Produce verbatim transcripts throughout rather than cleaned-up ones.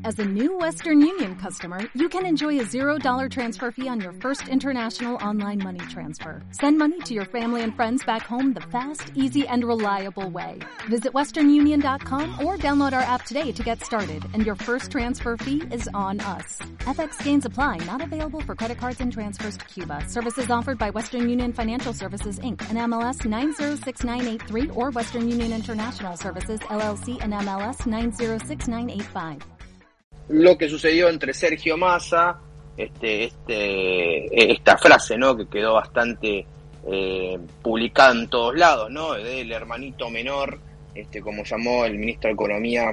As a new Western Union customer, you can enjoy a zero dollar transfer fee on your first international online money transfer. Send money to your family and friends back home the fast, easy, and reliable way. Visit western union dot com or download our app today to get started, and your first transfer fee is on us. F X gains apply, not available for credit cards and transfers to Cuba. Services offered by Western Union Financial Services, Incorporated, and M L S nine zero six nine eight three or Western Union International Services, L L C, and M L S nine zero six nine eight five. Lo que sucedió entre Sergio Massa, este, este, esta frase, ¿no?, que quedó bastante eh, publicada en todos lados, ¿no?, del hermanito menor, este, como llamó el ministro de Economía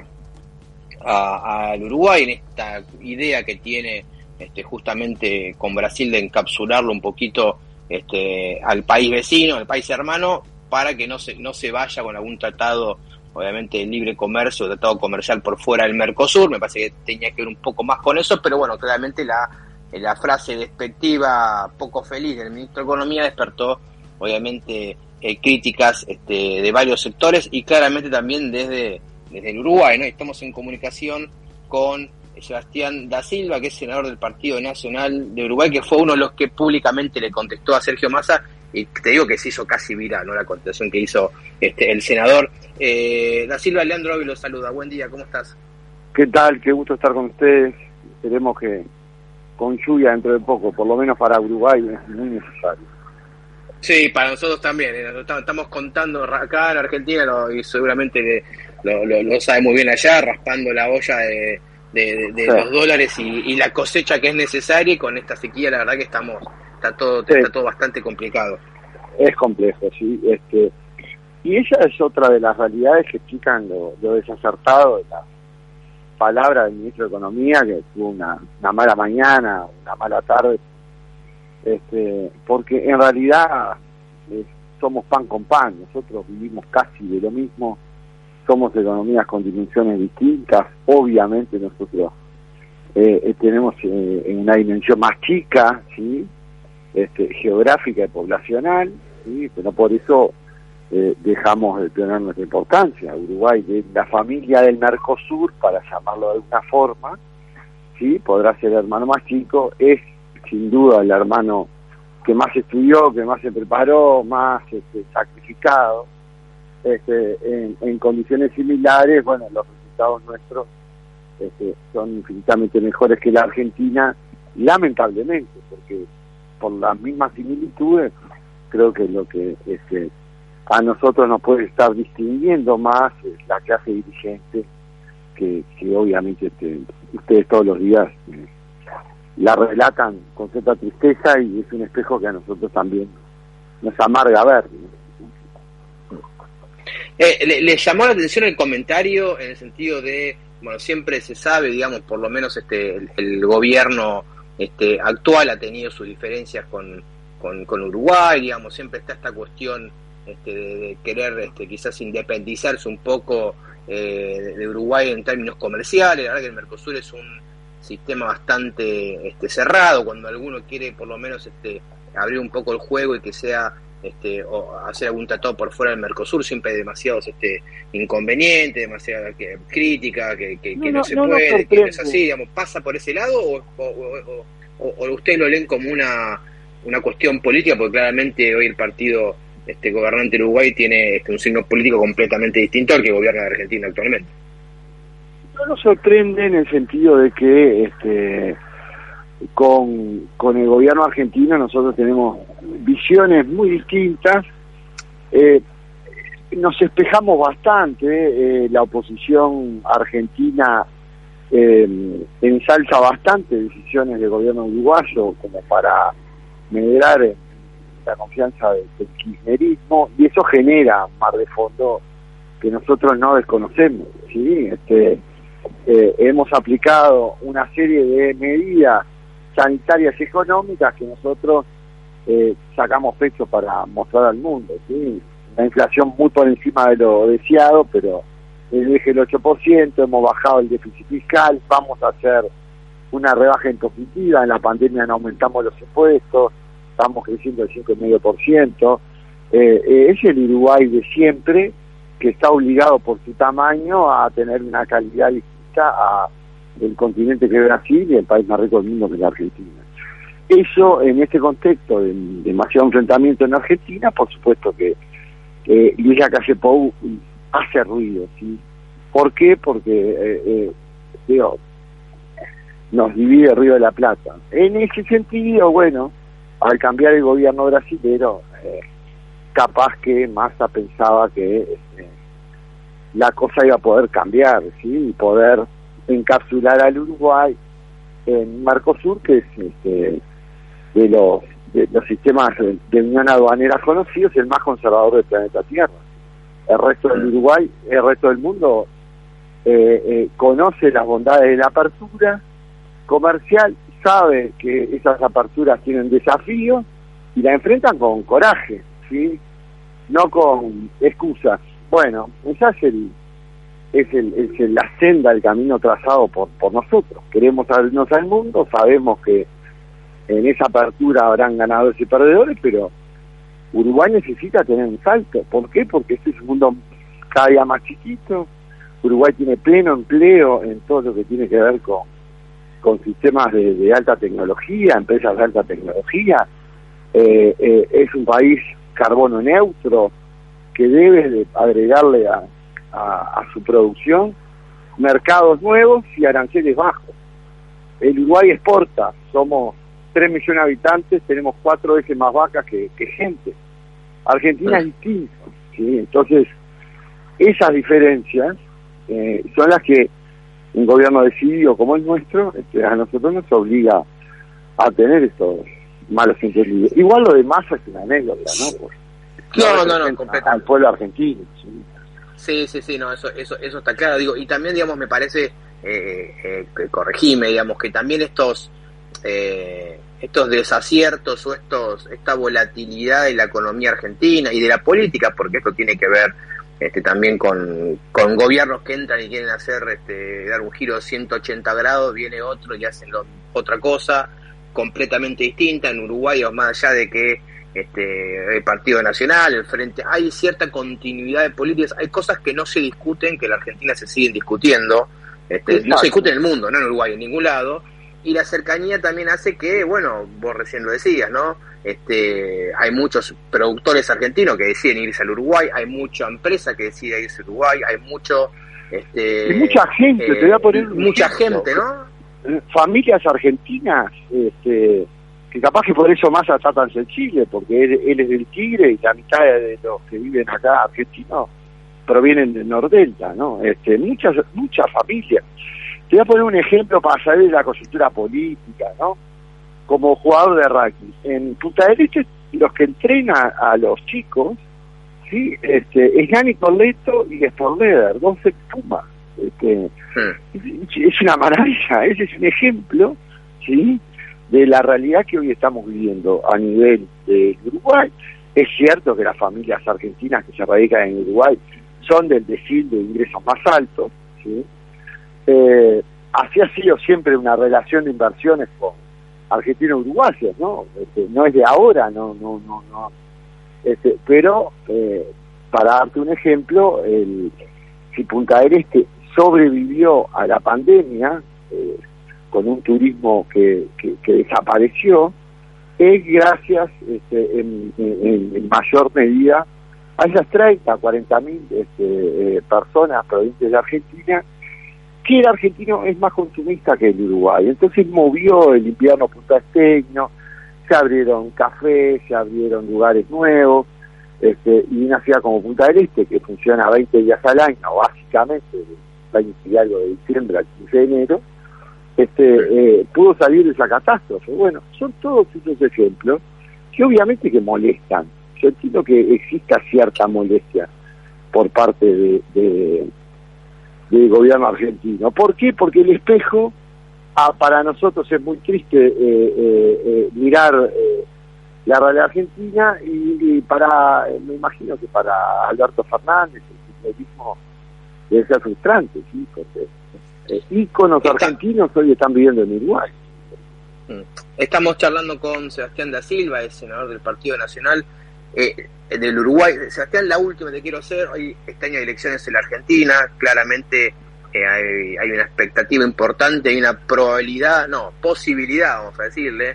al Uruguay, en esta idea que tiene este, justamente con Brasil de encapsularlo un poquito este, al país vecino, al país hermano, para que no se, no se vaya con algún tratado, obviamente, de libre comercio, tratado comercial por fuera del Mercosur. Me parece que tenía que ver un poco más con eso, pero bueno, claramente la, la frase despectiva, poco feliz del ministro de Economía despertó, obviamente, eh, críticas este, de varios sectores y claramente también desde, desde el Uruguay, ¿no? Estamos en comunicación con Sebastián da Silva, que es senador del Partido Nacional de Uruguay, que fue uno de los que públicamente le contestó a Sergio Massa, y te digo que se hizo casi viral, ¿no?, la contestación que hizo este el senador. Eh, da Silva, Leandro Avi lo saluda. Buen día, ¿cómo estás? ¿Qué tal? Qué gusto estar con ustedes. Esperemos que con lluvia dentro de poco, por lo menos para Uruguay, es muy necesario. Sí, para nosotros también. Eh, estamos contando acá en Argentina, lo, y seguramente lo, lo, lo sabe muy bien allá, raspando la olla de, de, de, de sí. los dólares y, y la cosecha que es necesaria, y con esta sequía la verdad que estamos está todo sí. está todo bastante complicado. Es complejo, sí. Este y ella es otra de las realidades que explican lo, lo desacertado de las palabras del ministro de Economía, que tuvo una, una mala mañana, una mala tarde, este porque en realidad eh, somos pan con pan. Nosotros vivimos casi de lo mismo, somos economías con dimensiones distintas. Obviamente nosotros eh, tenemos eh, una dimensión más chica, sí, este, geográfica y poblacional, sí, pero por eso eh, dejamos de tener nuestra importancia. Uruguay, de la familia del Mercosur, para llamarlo de alguna forma, sí, podrá ser el hermano más chico, es sin duda el hermano que más estudió, que más se preparó, más este, sacrificado. Este, en, en condiciones similares, bueno, los resultados nuestros este, son infinitamente mejores que la Argentina, lamentablemente, porque por las mismas similitudes creo que lo que este, a nosotros nos puede estar distinguiendo más es la clase dirigente, que, que obviamente este, ustedes todos los días eh, la relatan con cierta tristeza, y es un espejo que a nosotros también nos amarga ver, ¿no? Eh, le, le llamó la atención el comentario en el sentido de, bueno, siempre se sabe, digamos, por lo menos este el, el gobierno este actual ha tenido sus diferencias con, con, con Uruguay, digamos, siempre está esta cuestión este de, de querer este quizás independizarse un poco eh, de, de Uruguay en términos comerciales. La verdad que el Mercosur es un sistema bastante este cerrado. Cuando alguno quiere por lo menos este abrir un poco el juego y que sea este o hacer algún tratado por fuera del Mercosur, siempre hay demasiados este inconvenientes, demasiada que, crítica, que, que, no, que no, no se no puede, que no es así, digamos. ¿Pasa por ese lado o, o, o, o, o ustedes lo leen como una una cuestión política? Porque claramente hoy el partido este gobernante de Uruguay tiene este, un signo político completamente distinto al que gobierna la Argentina actualmente. No nos sorprende en el sentido de que este con, con el gobierno argentino nosotros tenemos visiones muy distintas. Eh, nos espejamos bastante. Eh, la oposición argentina eh, ensalza bastante decisiones del gobierno uruguayo como para medrar eh, la confianza del, del kirchnerismo, y eso genera un mar de fondo que nosotros no desconocemos, ¿sí? Este, eh, hemos aplicado una serie de medidas sanitarias y económicas que nosotros eh, sacamos pecho para mostrar al mundo, ¿sí? Una inflación muy por encima de lo deseado, pero el eje del ocho por ciento, hemos bajado el déficit fiscal, vamos a hacer una rebaja impositiva. En la pandemia no aumentamos los impuestos, estamos creciendo el cinco coma cinco por ciento. Eh, eh, es el Uruguay de siempre, que está obligado por su tamaño a tener una calidad distinta a el continente que es Brasil y el país más rico del mundo que es la Argentina. Eso, en este contexto de demasiado enfrentamiento en Argentina, por supuesto que eh, Luis Calle Pou hace ruido, ¿sí? ¿Por qué? Porque, eh, eh, digo, nos divide el Río de la Plata. En ese sentido, bueno, al cambiar el gobierno brasilero, eh, capaz que Massa pensaba que eh, la cosa iba a poder cambiar, ¿sí? Y poder encapsular al Uruguay en Mercosur, que es este, de los de los sistemas de unión aduanera conocidos, el más conservador del planeta Tierra. El resto del Uruguay, el resto del mundo eh, eh, conoce las bondades de la apertura comercial, sabe que esas aperturas tienen desafíos y la enfrentan con coraje, ¿sí? No con excusas. Bueno, esa es el es el es el, la senda, el camino trazado por por nosotros. Queremos abrirnos al mundo, sabemos que en esa apertura habrán ganadores y perdedores, pero Uruguay necesita tener un salto. ¿Por qué? Porque este es un mundo cada día más chiquito. Uruguay tiene pleno empleo en todo lo que tiene que ver con con sistemas de, de alta tecnología, empresas de alta tecnología. Eh, eh, es un país carbono neutro que debe de agregarle a, a, a su producción mercados nuevos y aranceles bajos. El Uruguay exporta, somos tres millones de habitantes, tenemos cuatro veces más vacas que, que gente. Argentina es distinto, ¿sí? Entonces, esas diferencias eh, son las que un gobierno decidido como el nuestro, este, a nosotros nos obliga a tener estos malos entendidos. Igual lo de Massa es una anécdota, ¿no? Pues, no, no, no, no completamente. Al pueblo argentino, ¿sí? Sí, sí, sí, no, eso, eso, eso está claro. Digo, y también, digamos, me parece, eh, eh, corregime, digamos, que también estos, eh, estos desaciertos o estos, esta volatilidad de la economía argentina y de la política, porque esto tiene que ver este, también con, con gobiernos que entran y quieren hacer, este, dar un giro de ciento ochenta grados, viene otro y hacen lo, otra cosa completamente distinta. En Uruguay, o más allá de que este, el Partido Nacional, el Frente, hay cierta continuidad de políticas, hay cosas que no se discuten, que en la Argentina se siguen discutiendo, este, no se discute en el mundo, no en Uruguay, en ningún lado, y la cercanía también hace que, bueno, vos recién lo decías, ¿no? Este, hay muchos productores argentinos que deciden irse al Uruguay, hay mucha empresa que decide irse al Uruguay, hay mucho, este, y mucha gente, eh, te voy a poner mucha ejemplo. gente, ¿no? Familias argentinas, este, que capaz que por eso Massa está tan sensible, porque él, él es del Tigre y la mitad de los que viven acá argentinos provienen del Nordelta, ¿no? Este, muchas muchas familias. Te voy a poner un ejemplo para saber de la coyuntura política, ¿no? Como jugador de rugby. En Punta del Este, los que entrenan a los chicos, ¿sí? Este, es Nani Corleto y Sportleder, dos ex Pumas. Este, sí. es, es una maravilla, ese es un ejemplo, ¿sí? De la realidad que hoy estamos viviendo a nivel de Uruguay. Es cierto que las familias argentinas que se radican en Uruguay son del decil de ingresos más altos, ¿sí? Eh, así ha sido siempre una relación de inversiones con argentinos uruguayos, ¿no? Este, no es de ahora, no, no, no, no. Este, pero eh, para darte un ejemplo, el, si Punta del Este sobrevivió a la pandemia eh, con un turismo que, que, que desapareció, es gracias este, en, en, en mayor medida a esas treinta, cuarenta mil este, eh, personas provenientes de Argentina, que el argentino es más consumista que el Uruguay. Entonces movió el invierno puntaesteño, se abrieron cafés, se abrieron lugares nuevos, este, y una ciudad como Punta del Este, que funciona veinte días al año, básicamente, del veinte y algo de diciembre al quince de enero, este, eh, pudo salir de esa catástrofe. Bueno, son todos esos ejemplos que obviamente que molestan. Yo entiendo que exista cierta molestia por parte de... de del gobierno argentino. ¿Por qué? Porque el espejo, ah, para nosotros es muy triste eh, eh, eh, mirar eh, la realidad argentina y, y para, eh, me imagino que para Alberto Fernández el kirchnerismo debe ser frustrante, ¿sí? Porque eh, íconos Está. argentinos hoy están viviendo en Uruguay. Estamos charlando con Sebastián da Silva, el senador del Partido Nacional eh, del Uruguay. Sebastián, la última te quiero hacer, hoy este año hay elecciones en la Argentina, claramente eh, hay, hay una expectativa importante, hay una probabilidad, no, posibilidad, vamos a decirle,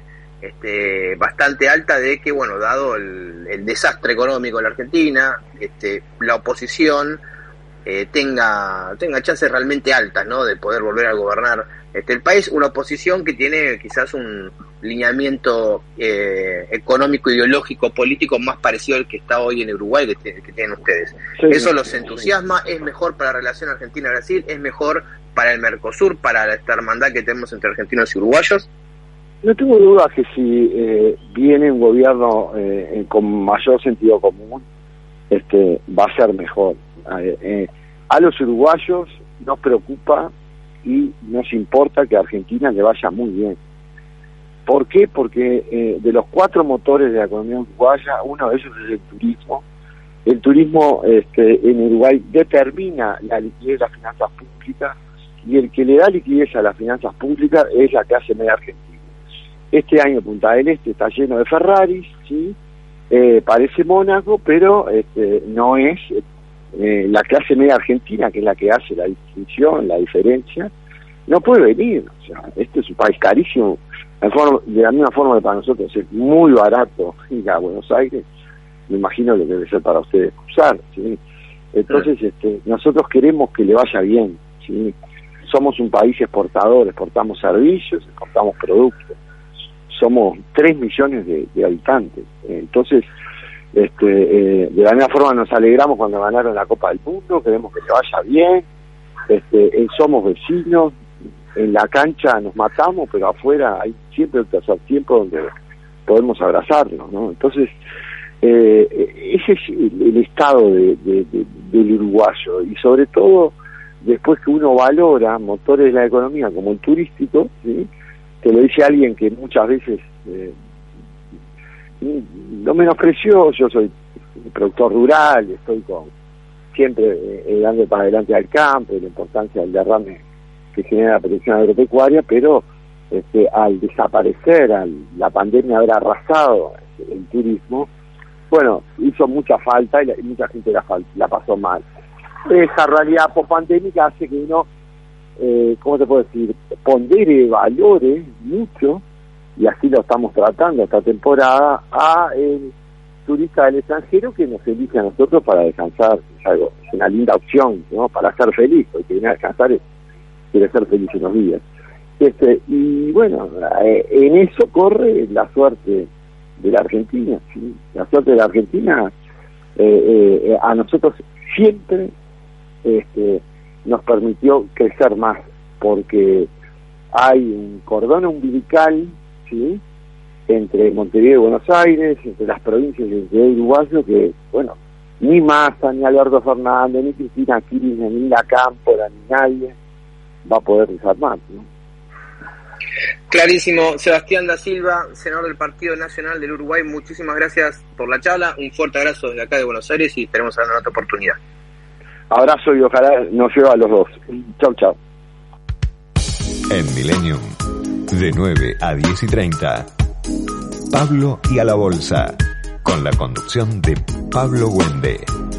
este, bastante alta de que, bueno, dado el, el desastre económico de la Argentina, este, la oposición eh, tenga tenga chances realmente altas, ¿no?, de poder volver a gobernar este el país, una oposición que tiene quizás un lineamiento eh, económico, ideológico, político más parecido al que está hoy en Uruguay, que, t- que tienen ustedes. Sí, Eso sí, los entusiasma, sí. Es mejor para la relación Argentina-Brasil, es mejor para el Mercosur, para esta hermandad que tenemos entre argentinos y uruguayos. No tengo duda que si eh, viene un gobierno eh, con mayor sentido común, este va a ser mejor. Eh, eh, a los uruguayos nos preocupa y nos importa que a Argentina le vaya muy bien. ¿Por qué? Porque eh, de los cuatro motores de la economía uruguaya, uno de ellos es el turismo. El turismo este, en Uruguay determina la liquidez de las finanzas públicas, y el que le da liquidez a las finanzas públicas es la clase media argentina. Este año Punta del Este está lleno de Ferraris, ¿sí? Eh, parece Mónaco, pero este, no es eh, la clase media argentina, que es la que hace la distinción, la diferencia, no puede venir. O sea, este es un país carísimo. De la misma forma que para nosotros es muy barato ir a Buenos Aires, me imagino que debe ser para ustedes cruzar, ¿sí? Entonces, sí. este, nosotros queremos que le vaya bien, ¿sí? Somos un país exportador, exportamos servicios, exportamos productos. Somos tres millones de, de habitantes. Entonces, este, eh, de la misma forma nos alegramos cuando ganaron la Copa del Mundo, queremos que le vaya bien, este, eh, somos vecinos, en la cancha nos matamos, pero afuera hay siempre el tercer tiempo donde podemos abrazarnos, ¿no? Entonces, eh, ese es el, el estado de, de, de, del uruguayo, y sobre todo después que uno valora motores de la economía como el turístico, ¿sí? Te lo dice alguien que muchas veces eh, no menospreció. Yo soy productor rural, estoy con siempre eh, dando para adelante al campo y la importancia del derrame que genera la producción agropecuaria, pero este, al desaparecer, al la pandemia haber arrasado el turismo, bueno, hizo mucha falta y, la, y mucha gente la, la pasó mal. Esa realidad post-pandémica hace que uno, eh, ¿cómo te puedo decir?, pondere, valore mucho, y así lo estamos tratando esta temporada, a el turista del extranjero que nos elige a nosotros para descansar. Es algo, es una linda opción, ¿no?, para ser feliz, porque viene a descansar es quiere ser feliz unos días. Este, y bueno, eh, en eso corre la suerte de la Argentina, ¿sí? La suerte de la Argentina eh, eh, a nosotros siempre este, nos permitió crecer más, porque hay un cordón umbilical, ¿sí?, entre Montevideo y Buenos Aires, entre las provincias de Uruguayo, que, bueno, ni Massa, ni Alberto Fernández, ni Cristina Kirchner, ni la Cámpora, ni nadie va a poder desarmar, ¿no? Clarísimo. Sebastián da Silva, senador del Partido Nacional del Uruguay, muchísimas gracias por la charla, un fuerte abrazo desde acá de Buenos Aires y estaremos hablando en otra oportunidad. Abrazo y ojalá nos lleve a los dos. Chau, chau. En Millennium, de nueve a diez y treinta, Pablo y a la Bolsa, con la conducción de Pablo Wende.